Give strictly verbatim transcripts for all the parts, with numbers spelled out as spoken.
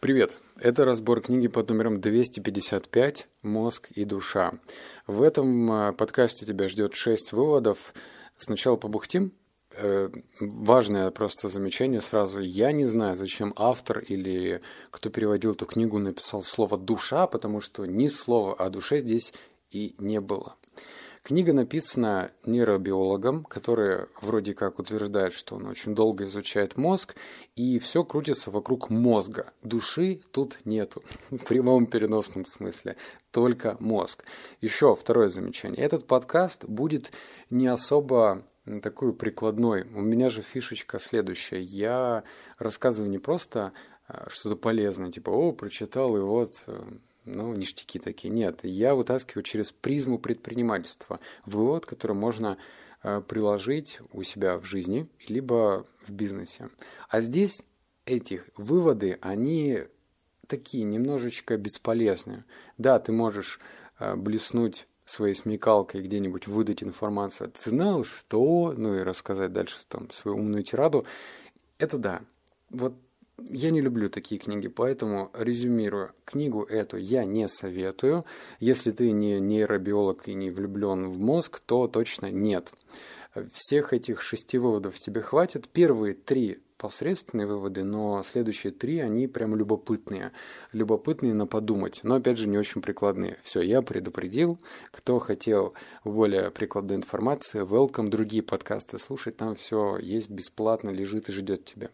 Привет! Это разбор книги под номером двести пятьдесят пять «Мозг и душа». В этом а, подкасте тебя ждет шесть выводов. Сначала побухтим. Э, важное просто замечание сразу. Я не знаю, зачем автор или кто переводил эту книгу написал слово «душа», потому что ни слова о душе здесь и не было. Книга написана нейробиологом, который вроде как утверждает, что он очень долго изучает мозг, и все крутится вокруг мозга. Души тут нету, в прямом переносном смысле, только мозг. Еще второе замечание. Этот подкаст будет не особо такой прикладной. У меня же фишечка следующая. Я рассказываю не просто что-то полезное, типа «О, прочитал, и вот...» Ну, ништяки такие. Нет, я вытаскиваю через призму предпринимательства вывод, который можно э, приложить у себя в жизни, либо в бизнесе. А здесь эти выводы, они такие немножечко бесполезные. Да, ты можешь э, блеснуть своей смекалкой где-нибудь, выдать информацию. Ты знал, что... Ну, и рассказать дальше там свою умную тираду. Это да. Вот я не люблю такие книги, поэтому резюмирую. Книгу эту я не советую. Если ты не нейробиолог и не влюблен в мозг, то точно нет. Всех этих шести выводов тебе хватит. Первые три посредственные выводы, но следующие три, они прям любопытные. Любопытные на подумать, но опять же не очень прикладные. Все, я предупредил. Кто хотел более прикладной информации, welcome. Другие подкасты слушать, там все есть бесплатно, лежит и ждет тебя.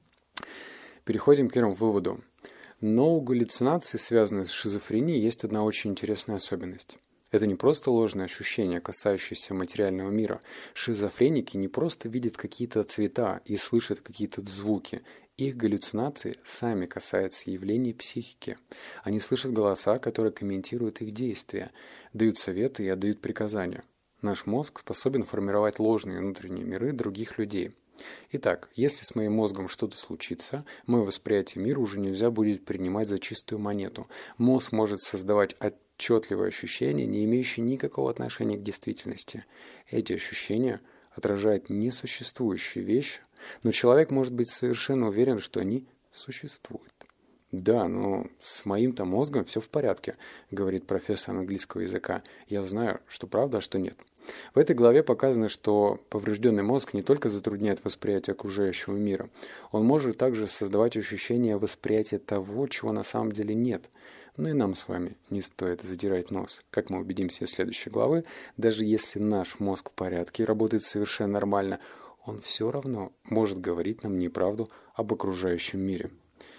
Переходим к первому выводу. Но у галлюцинаций, связанных с шизофренией, есть одна очень интересная особенность. Это не просто ложные ощущения, касающиеся материального мира. Шизофреники не просто видят какие-то цвета и слышат какие-то звуки. Их галлюцинации сами касаются явлений психики. Они слышат голоса, которые комментируют их действия, дают советы и отдают приказания. Наш мозг способен формировать ложные внутренние миры других людей. Итак, если с моим мозгом что-то случится, мое восприятие мира уже нельзя будет принимать за чистую монету. Мозг может создавать отчетливые ощущения, не имеющие никакого отношения к действительности. Эти ощущения отражают несуществующие вещи, но человек может быть совершенно уверен, что они существуют. «Да, но с моим-то мозгом все в порядке», — говорит профессор английского языка. «Я знаю, что правда, а что нет». В этой главе показано, что поврежденный мозг не только затрудняет восприятие окружающего мира, он может также создавать ощущение восприятия того, чего на самом деле нет. Но и нам с вами не стоит задирать нос. Как мы убедимся из следующей главы, даже если наш мозг в порядке и работает совершенно нормально, он все равно может говорить нам неправду об окружающем мире.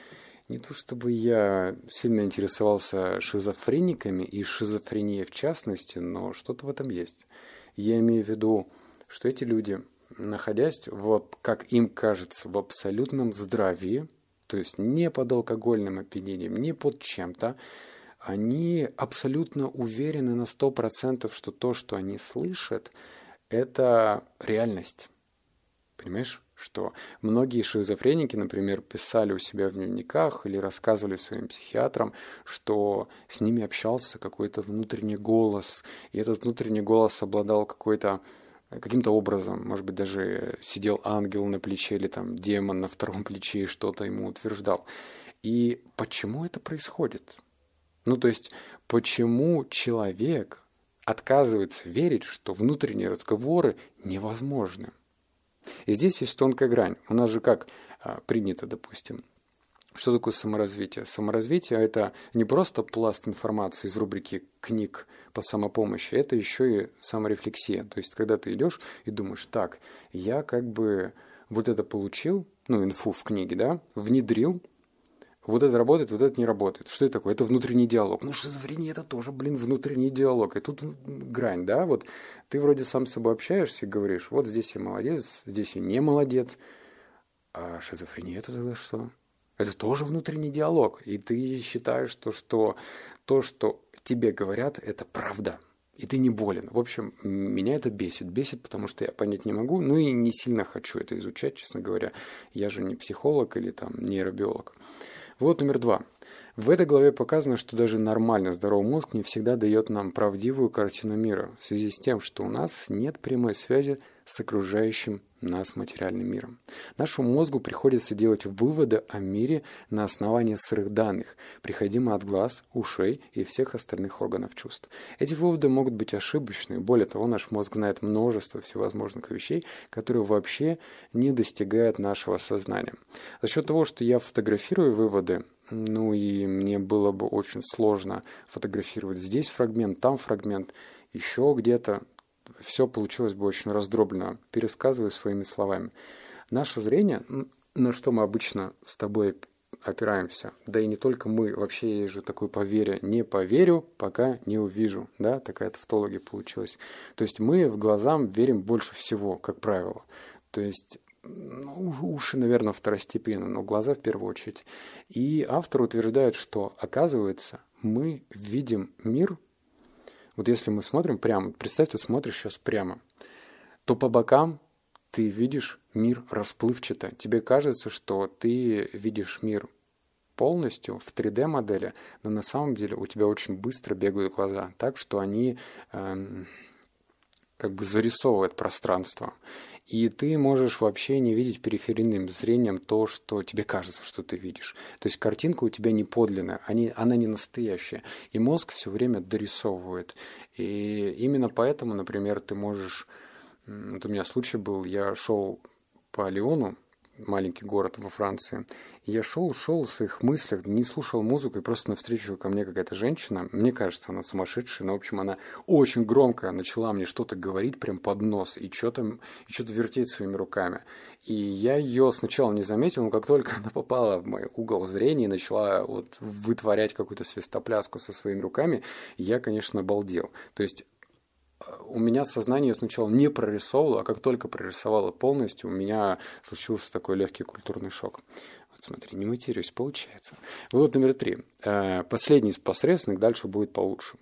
Не то чтобы я сильно интересовался шизофрениками и шизофренией в частности, но что-то в этом есть. Я имею в виду, что эти люди, находясь, в, как им кажется, в абсолютном здравии, то есть не под алкогольным опьянением, не под чем-то, они абсолютно уверены на сто процентов, что то, что они слышат, это реальность. Понимаешь, что многие шизофреники, например, писали у себя в дневниках или рассказывали своим психиатрам, что с ними общался какой-то внутренний голос, и этот внутренний голос обладал какой-то, каким-то образом, может быть, даже сидел ангел на плече или там демон на втором плече и что-то ему утверждал. И почему это происходит? Ну, то есть, почему человек отказывается верить, что внутренние разговоры невозможны? И здесь есть тонкая грань. У нас же как а, принято, допустим. Что такое саморазвитие? Саморазвитие – это не просто пласт информации из рубрики книг по самопомощи, это еще и саморефлексия. То есть, когда ты идешь и думаешь, так, я как бы вот это получил, ну, инфу в книге, да, внедрил, вот это работает, вот это не работает. Что это такое? Это внутренний диалог. Ну, шизофрения – это тоже, блин, внутренний диалог. И тут грань, да, вот ты вроде сам с собой общаешься и говоришь, вот здесь я молодец, здесь я не молодец. А шизофрения – это тогда что? Это тоже внутренний диалог. И ты считаешь, что, что то, что тебе говорят, это правда. И ты не болен. В общем, меня это бесит. Бесит, потому что я понять не могу, ну и не сильно хочу это изучать, честно говоря. Я же не психолог или там нейробиолог. Вот номер два. В этой главе показано, что даже нормально здоровый мозг не всегда дает нам правдивую картину мира, в связи с тем, что у нас нет прямой связи с окружающим нас материальным миром. Нашему мозгу приходится делать выводы о мире на основании сырых данных, приходимых от глаз, ушей и всех остальных органов чувств. Эти выводы могут быть ошибочны. Более того, наш мозг знает множество всевозможных вещей, которые вообще не достигают нашего сознания. За счет того, что я фотографирую выводы, ну и мне было бы очень сложно фотографировать здесь фрагмент, там фрагмент, еще где-то, все получилось бы очень раздробленно, пересказываю своими словами. Наше зрение, на что мы обычно с тобой опираемся, да и не только мы, вообще есть же такое поверье, не поверю, пока не увижу, да, такая тавтология получилась. То есть мы в глазам верим больше всего, как правило. То есть ну, уши, наверное, второстепенно, но глаза в первую очередь. И автор утверждает, что, оказывается, мы видим мир. Вот если мы смотрим прямо, представь, ты смотришь сейчас прямо, то по бокам ты видишь мир расплывчато. Тебе кажется, что ты видишь мир полностью в три дэ модели, но на самом деле у тебя очень быстро бегают глаза, так что они э, как бы зарисовывают пространство. И ты можешь вообще не видеть периферийным зрением то, что тебе кажется, что ты видишь. То есть картинка у тебя не подлинная, они, она не настоящая. И мозг все время дорисовывает. И именно поэтому, например, ты можешь... Вот у меня случай был, я шел по Лиону, маленький город во Франции. И я шел, шел в своих мыслях, не слушал музыку, и просто навстречу ко мне какая-то женщина, мне кажется, она сумасшедшая, но, в общем, она очень громко начала мне что-то говорить прям под нос, и что-то, и что-то вертеть своими руками. И я ее сначала не заметил, но как только она попала в мой угол зрения и начала вот вытворять какую-то свистопляску со своими руками, я, конечно, обалдел. То есть у меня сознание сначала не прорисовывало, а как только прорисовало полностью, у меня случился такой легкий культурный шок. Вот смотри, не матерюсь, получается. Вывод номер три. Последний из посредственных, дальше будет получше.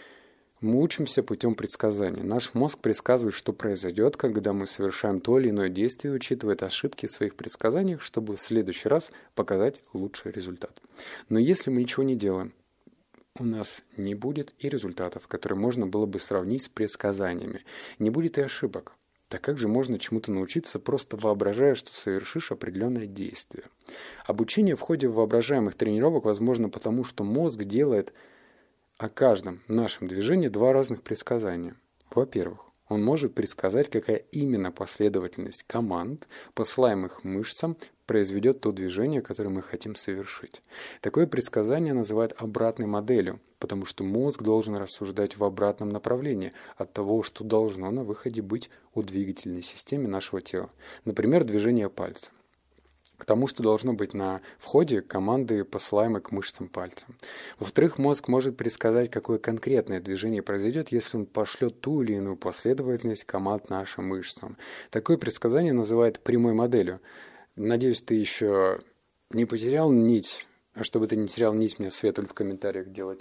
Мы учимся путем предсказания. Наш мозг предсказывает, что произойдет, когда мы совершаем то или иное действие, учитывает ошибки в своих предсказаниях, чтобы в следующий раз показать лучший результат. Но если мы ничего не делаем, у нас не будет и результатов, которые можно было бы сравнить с предсказаниями. Не будет и ошибок. Так как же можно чему-то научиться, просто воображая, что совершишь определенное действие? Обучение в ходе воображаемых тренировок возможно потому, что мозг делает о каждом нашем движении два разных предсказания. Во-первых, он может предсказать, какая именно последовательность команд, посылаемых мышцам, произведет то движение, которое мы хотим совершить. Такое предсказание называют обратной моделью, потому что мозг должен рассуждать в обратном направлении от того, что должно на выходе быть у двигательной системы нашего тела. Например, движение пальца. К тому, что должно быть на входе команды, посылаемые к мышцам пальца. Во-вторых, мозг может предсказать, какое конкретное движение произойдет, если он пошлет ту или иную последовательность команд нашим мышцам. Такое предсказание называют прямой моделью. Надеюсь, ты еще не потерял нить. А чтобы ты не терял нить, мне советовали в комментариях делать.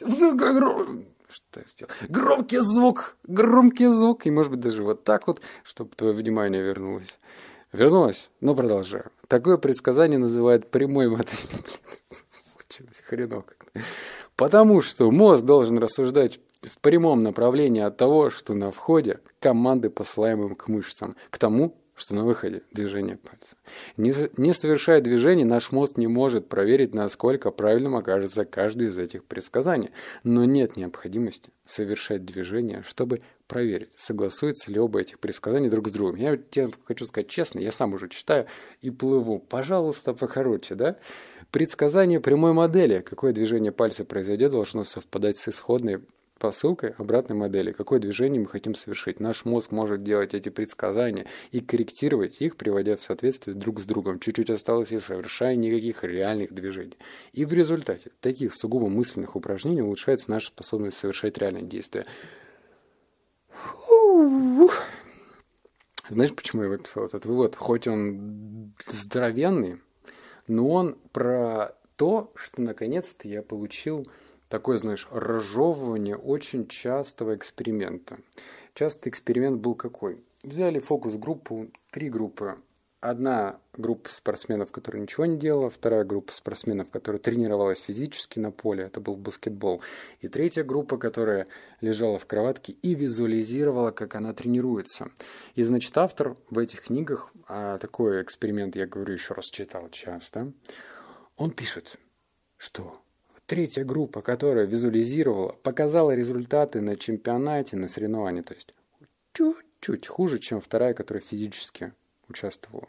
Что я сделал? Громкий звук! Громкий звук! И может быть даже вот так вот, чтобы твое внимание вернулось. Вернулась? Ну, продолжаю. Такое предсказание называют прямой моделью. Получилось хреново как-то. Потому что мозг должен рассуждать в прямом направлении от того, что на входе команды, посылаемые к мышцам, к тому, что на выходе движение пальца. Не, не совершая движений, наш мозг не может проверить, насколько правильным окажется каждое из этих предсказаний. Но нет необходимости совершать движения, чтобы проверить, согласуются ли оба этих предсказания друг с другом. Я тебе хочу сказать честно, я сам уже читаю и плыву. Пожалуйста, покороче, да? Предсказание прямой модели, какое движение пальца произойдет, должно совпадать с исходной посылкой обратной модели, какое движение мы хотим совершить. Наш мозг может делать эти предсказания и корректировать их, приводя в соответствие друг с другом. Чуть-чуть осталось и совершая никаких реальных движений. И в результате таких сугубо мысленных упражнений улучшается наша способность совершать реальные действия. Знаешь, почему я выписал этот вывод? Хоть он здоровенный, но он про то, что наконец-то я получил такое, знаешь, разжевывание очень частого эксперимента. Частый эксперимент был какой? Взяли фокус-группу, три группы одна группа спортсменов, которая ничего не делала, вторая группа спортсменов, которая тренировалась физически на поле, это был баскетбол, и третья группа, которая лежала в кроватке и визуализировала, как она тренируется. И, значит, автор в этих книгах, а такой эксперимент, я говорю, еще раз читал часто, он пишет, что третья группа, которая визуализировала, показала результаты на чемпионате, на соревновании, то есть чуть-чуть хуже, чем вторая, которая физически участвовала.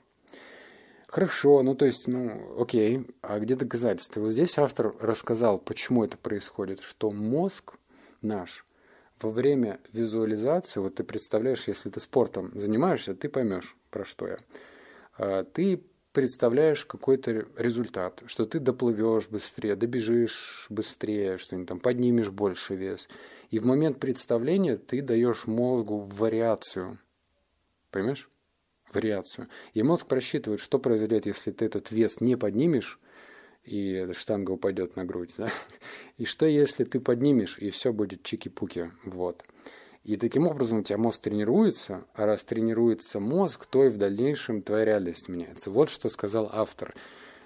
Хорошо, ну то есть, ну окей, а где доказательства? Вот здесь автор рассказал, почему это происходит, что мозг наш во время визуализации, вот ты представляешь, если ты спортом занимаешься, ты поймешь, про что я. Ты представляешь какой-то результат, что ты доплывешь быстрее, добежишь быстрее, что-нибудь там, поднимешь больше вес. И в момент представления ты даешь мозгу вариацию. Понимаешь? Вариацию. И мозг просчитывает, что произойдет, если ты этот вес не поднимешь, и штанга упадет на грудь. Да? И что, если ты поднимешь, и все будет чики-пуки. Вот. И таким образом у тебя мозг тренируется, а раз тренируется мозг, то и в дальнейшем твоя реальность меняется. Вот что сказал автор.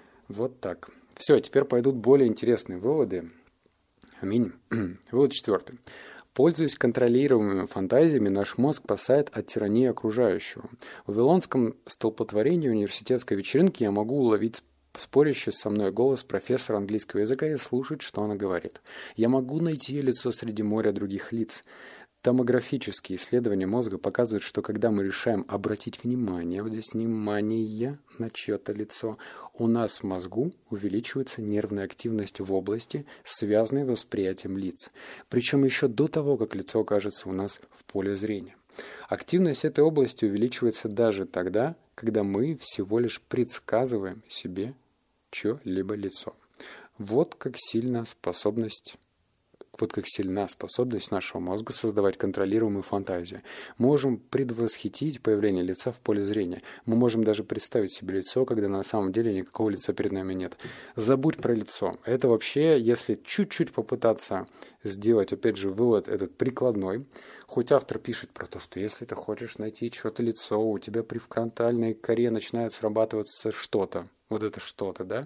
Вот так. Все, теперь пойдут более интересные выводы. Аминь. Вывод четвертый. Пользуясь контролируемыми фантазиями, наш мозг спасает от тирании окружающего. В вавилонском столпотворении университетской вечеринки я могу уловить спорящий со мной голос профессора английского языка и слушать, что она говорит. Я могу найти ее лицо среди моря других лиц. Томографические исследования мозга показывают, что когда мы решаем обратить внимание, вот здесь внимание на чье-то лицо, у нас в мозгу увеличивается нервная активность в области, связанной с восприятием лиц. Причем еще до того, как лицо окажется у нас в поле зрения. Активность этой области увеличивается даже тогда, когда мы всего лишь предсказываем себе чье-либо лицо. Вот как сильна способность Вот как сильна способность нашего мозга создавать контролируемые фантазии. Мы можем предвосхитить появление лица в поле зрения. Мы можем даже представить себе лицо, когда на самом деле никакого лица перед нами нет. Забудь про лицо. Это вообще, если чуть-чуть попытаться сделать, опять же, вывод этот прикладной, хоть автор пишет про то, что если ты хочешь найти чье-то лицо, у тебя при фронтальной коре начинает срабатываться что-то. Вот это что-то, да?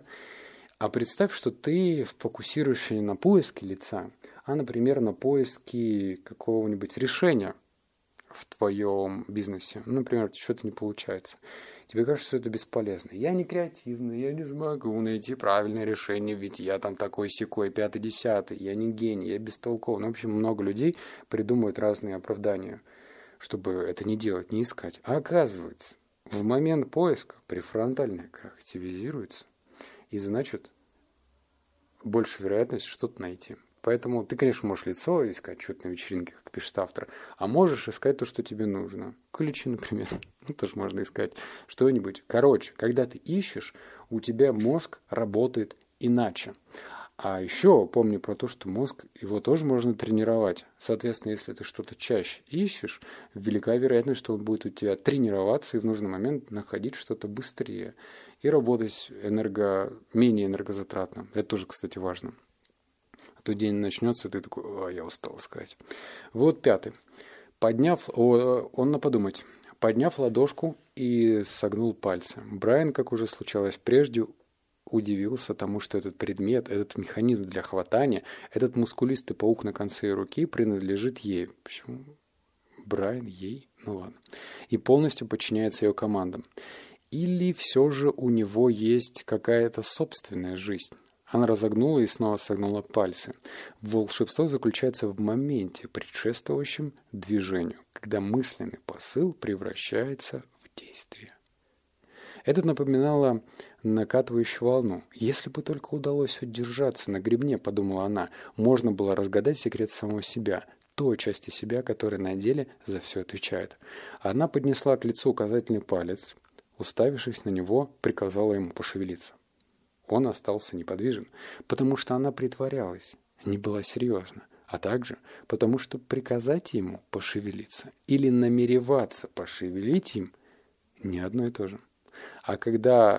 А представь, что ты фокусируешься не на поиске лица, а, например, на поиске какого-нибудь решения в твоем бизнесе. Ну, например, что-то не получается. Тебе кажется, что это бесполезно. Я не креативный, я не смогу найти правильное решение, ведь я там такой-сякой, пятый-десятый, я не гений, я бестолковый. Ну, в общем, много людей придумывают разные оправдания, чтобы это не делать, не искать. А оказывается, в момент поиска префронтальная кора активизируется, и значит, больше вероятность что-то найти. Поэтому ты, конечно, можешь лицо искать, что-то на вечеринке, как пишет автор, а можешь искать то, что тебе нужно. Ключи, например. Ну, тоже можно искать что-нибудь. Короче, когда ты ищешь, у тебя мозг работает иначе. А еще помни про то, что мозг, его тоже можно тренировать. Соответственно, если ты что-то чаще ищешь, велика вероятность, что он будет у тебя тренироваться и в нужный момент находить что-то быстрее. И работать энерго... менее энергозатратно. Это тоже, кстати, важно. А то день начнется, и ты такой, о, я устал искать. Вот пятый. Подняв, о, он на подумать. Подняв ладошку и согнул пальцы. Брайан, как уже случалось прежде, удивился тому, что этот предмет, этот механизм для хватания, этот мускулистый паук на конце руки принадлежит ей. Почему? Брайан ей? Ну ладно. И полностью подчиняется ее командам. Или все же у него есть какая-то собственная жизнь? Она разогнула и снова согнула пальцы. Волшебство заключается в моменте, предшествующем движению, когда мысленный посыл превращается в действие. Это напоминало накатывающую волну. Если бы только удалось удержаться на гребне, подумала она, можно было разгадать секрет самого себя, той части себя, которая на деле за все отвечает. Она поднесла к лицу указательный палец, уставившись на него, приказала ему пошевелиться. Он остался неподвижен, потому что она притворялась, не была серьезна, а также потому что приказать ему пошевелиться или намереваться пошевелить им не одно и то же. А когда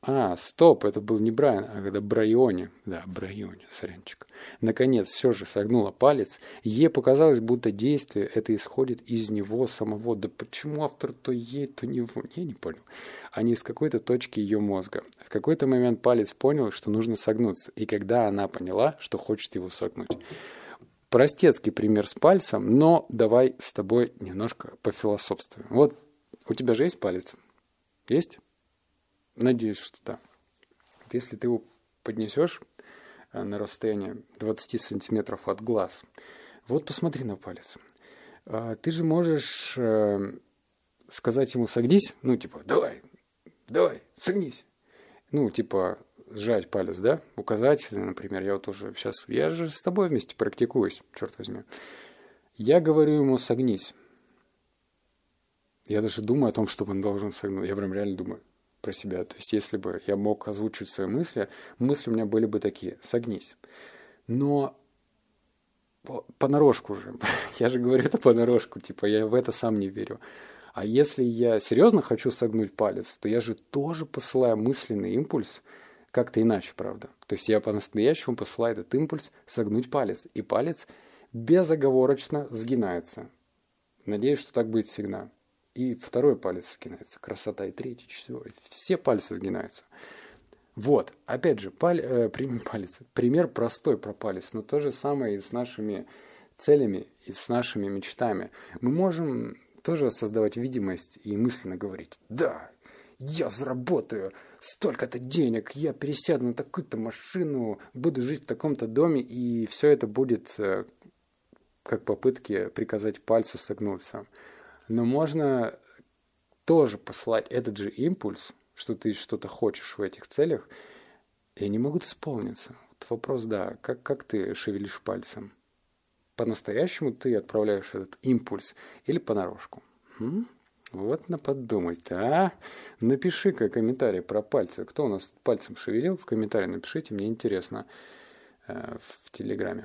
А, стоп, это был не Брайан, а когда Брайоне. Да, Брайоне, сорянчик. Наконец, все же согнула палец. Ей показалось, будто действие это исходит из него самого. Да почему автор то ей, то него? Я не понял. А не из какой-то точки ее мозга. В какой-то момент палец понял, что нужно согнуться. И когда она поняла, что хочет его согнуть. Простецкий пример с пальцем, но давай с тобой немножко пофилософствуем. Вот у тебя же есть палец? Есть? Надеюсь, что да. Если ты его поднесешь на расстояние двадцать сантиметров от глаз, вот посмотри на палец. Ты же можешь сказать ему «согнись», ну типа «давай, давай, согнись». Ну типа сжать палец, да, указательный, например. Я вот уже сейчас, я же с тобой вместе практикуюсь, черт возьми. Я говорю ему «согнись». Я даже думаю о том, что он должен согнуть. Я прям реально думаю про себя. То есть, если бы я мог озвучить свои мысли, мысли у меня были бы такие: согнись. Но понарошку же. Я же говорю это понарошку. Типа, я в это сам не верю. А если я серьезно хочу согнуть палец, то я же тоже посылаю мысленный импульс, как-то иначе, правда. То есть, я по-настоящему посылаю этот импульс согнуть палец. И палец безоговорочно сгинается. Надеюсь, что так будет всегда. И второй палец сгинается. Красота. И третий, четвертый. Все пальцы сгинаются. Вот. Опять же, паль, э, палец. Пример простой про палец. Но то же самое и с нашими целями, и с нашими мечтами. Мы можем тоже создавать видимость и мысленно говорить: да, я заработаю столько-то денег, я пересяду на такую-то машину, буду жить в таком-то доме, и все это будет э, как попытки приказать пальцу согнуться. Но можно тоже послать этот же импульс, что ты что-то хочешь в этих целях, и они могут исполниться. Вот вопрос, да, как, как ты шевелишь пальцем? По-настоящему ты отправляешь этот импульс или понарошку? М? Вот на подумать, а? Напиши-ка комментарий про пальцы. Кто у нас пальцем шевелил? В комментарии напишите, мне интересно, э, в Телеграме.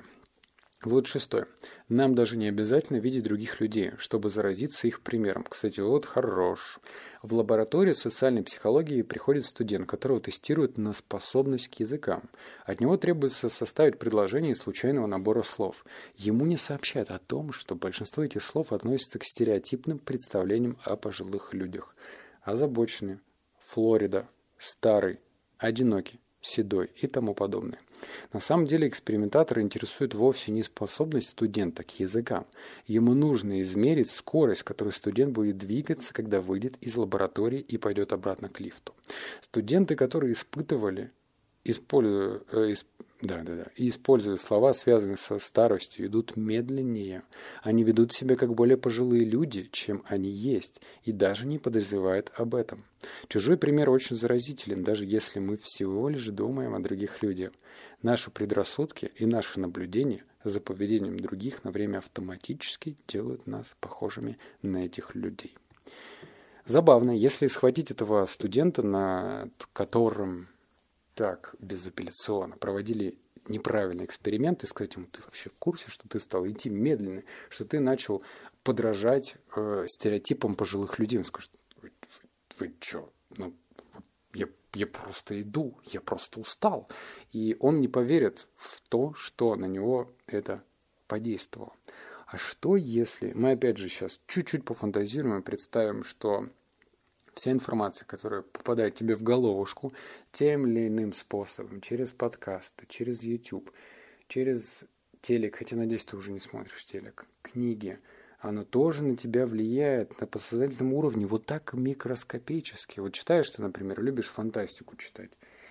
Вот шестой. Нам даже не обязательно видеть других людей, чтобы заразиться их примером. Кстати, вот хорош. В лаборатории социальной психологии приходит студент, которого тестируют на способность к языкам. От него требуется составить предложение из случайного набора слов. Ему не сообщают о том, что большинство этих слов относятся к стереотипным представлениям о пожилых людях. Озабоченный, Флорида, старый, одинокий, седой и тому подобное. На самом деле экспериментатора интересует вовсе не способность студента к языкам. Ему нужно измерить скорость, с которой студент будет двигаться, когда выйдет из лаборатории и пойдет обратно к лифту. Студенты, которые испытывали, используя, э, исп, да, да, да, и используя слова, связанные со старостью, идут медленнее. Они ведут себя как более пожилые люди, чем они есть, и даже не подозревают об этом. Чужой пример очень заразителен, даже если мы всего лишь думаем о других людях. Наши предрассудки и наши наблюдения за поведением других на время автоматически делают нас похожими на этих людей. Забавно, если схватить этого студента, над которым так безапелляционно проводили неправильный эксперимент, и сказать ему: ты вообще в курсе, что ты стал идти медленно, что ты начал подражать э, стереотипам пожилых людей? Он скажет: вы, вы, вы что? Ну, я, я просто иду, я просто устал. И он не поверит в то, что на него это подействовало. А что если... Мы опять же сейчас чуть-чуть пофантазируем и представим, что вся информация, которая попадает тебе в головушку тем или иным способом, через подкасты, через YouTube, через телек, хотя, надеюсь, ты уже не смотришь телек, книги, оно тоже на тебя влияет на подсознательном уровне вот так микроскопически. Вот читаешь ты, например, любишь фантастику читать,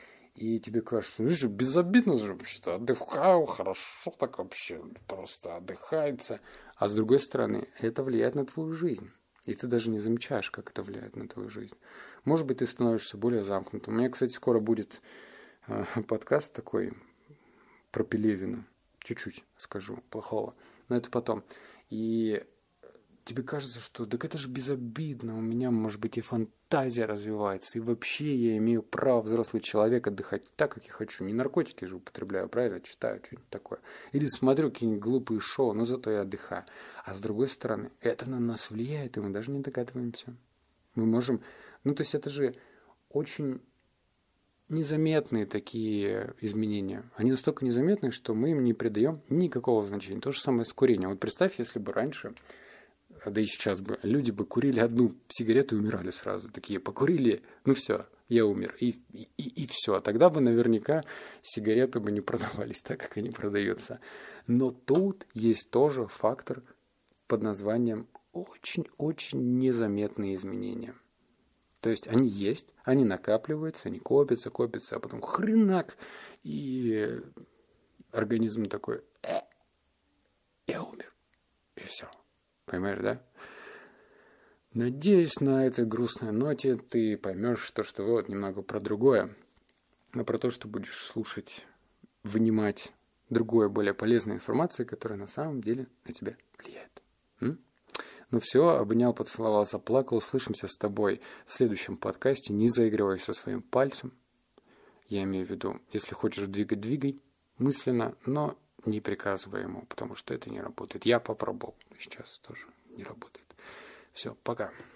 и тебе кажется: ну же, безобидно же вообще-то, отдыхаю, хорошо так вообще, просто отдыхается. А с другой стороны, это влияет на твою жизнь. И ты даже не замечаешь, как это влияет на твою жизнь. Может быть, ты становишься более замкнутым. У меня, кстати, скоро будет э, подкаст такой про Пелевина. Чуть-чуть скажу плохого. Но это потом. И тебе кажется, что так это же безобидно. У меня, может быть, и фантазия развивается. И вообще я имею право, взрослый человек, отдыхать так, как я хочу. Не наркотики же употребляю, правильно? Читаю что-нибудь такое. Или смотрю какие-нибудь глупые шоу, но зато я отдыхаю. А с другой стороны, это на нас влияет, и мы даже не догадываемся. Мы можем... Ну, то есть это же очень незаметные такие изменения. Они настолько незаметны, что мы им не придаем никакого значения. То же самое с курением. Вот представь, если бы раньше, да и сейчас бы, люди бы курили одну сигарету и умирали сразу. Такие, покурили, ну все, я умер. И, и, и все. Тогда бы наверняка сигареты бы не продавались так, как они продаются. Но тут есть тоже фактор под названием очень-очень незаметные изменения. То есть они есть, они накапливаются, они копятся, копятся, а потом хренак, и организм такой, э, я умер, и все. Понимаешь, да? Надеюсь, на этой грустной ноте ты поймешь то, что вот немного про другое, а про то, что будешь слушать, внимать другое, более полезной информации, которая на самом деле на тебя влияет. М? Ну все, обнял, поцеловал, заплакал. Услышимся с тобой в следующем подкасте. Не заигрывай со своим пальцем. Я имею в виду, если хочешь двигать, двигай мысленно, но не приказывай ему, потому что это не работает. Я попробовал, сейчас тоже не работает. Все, пока.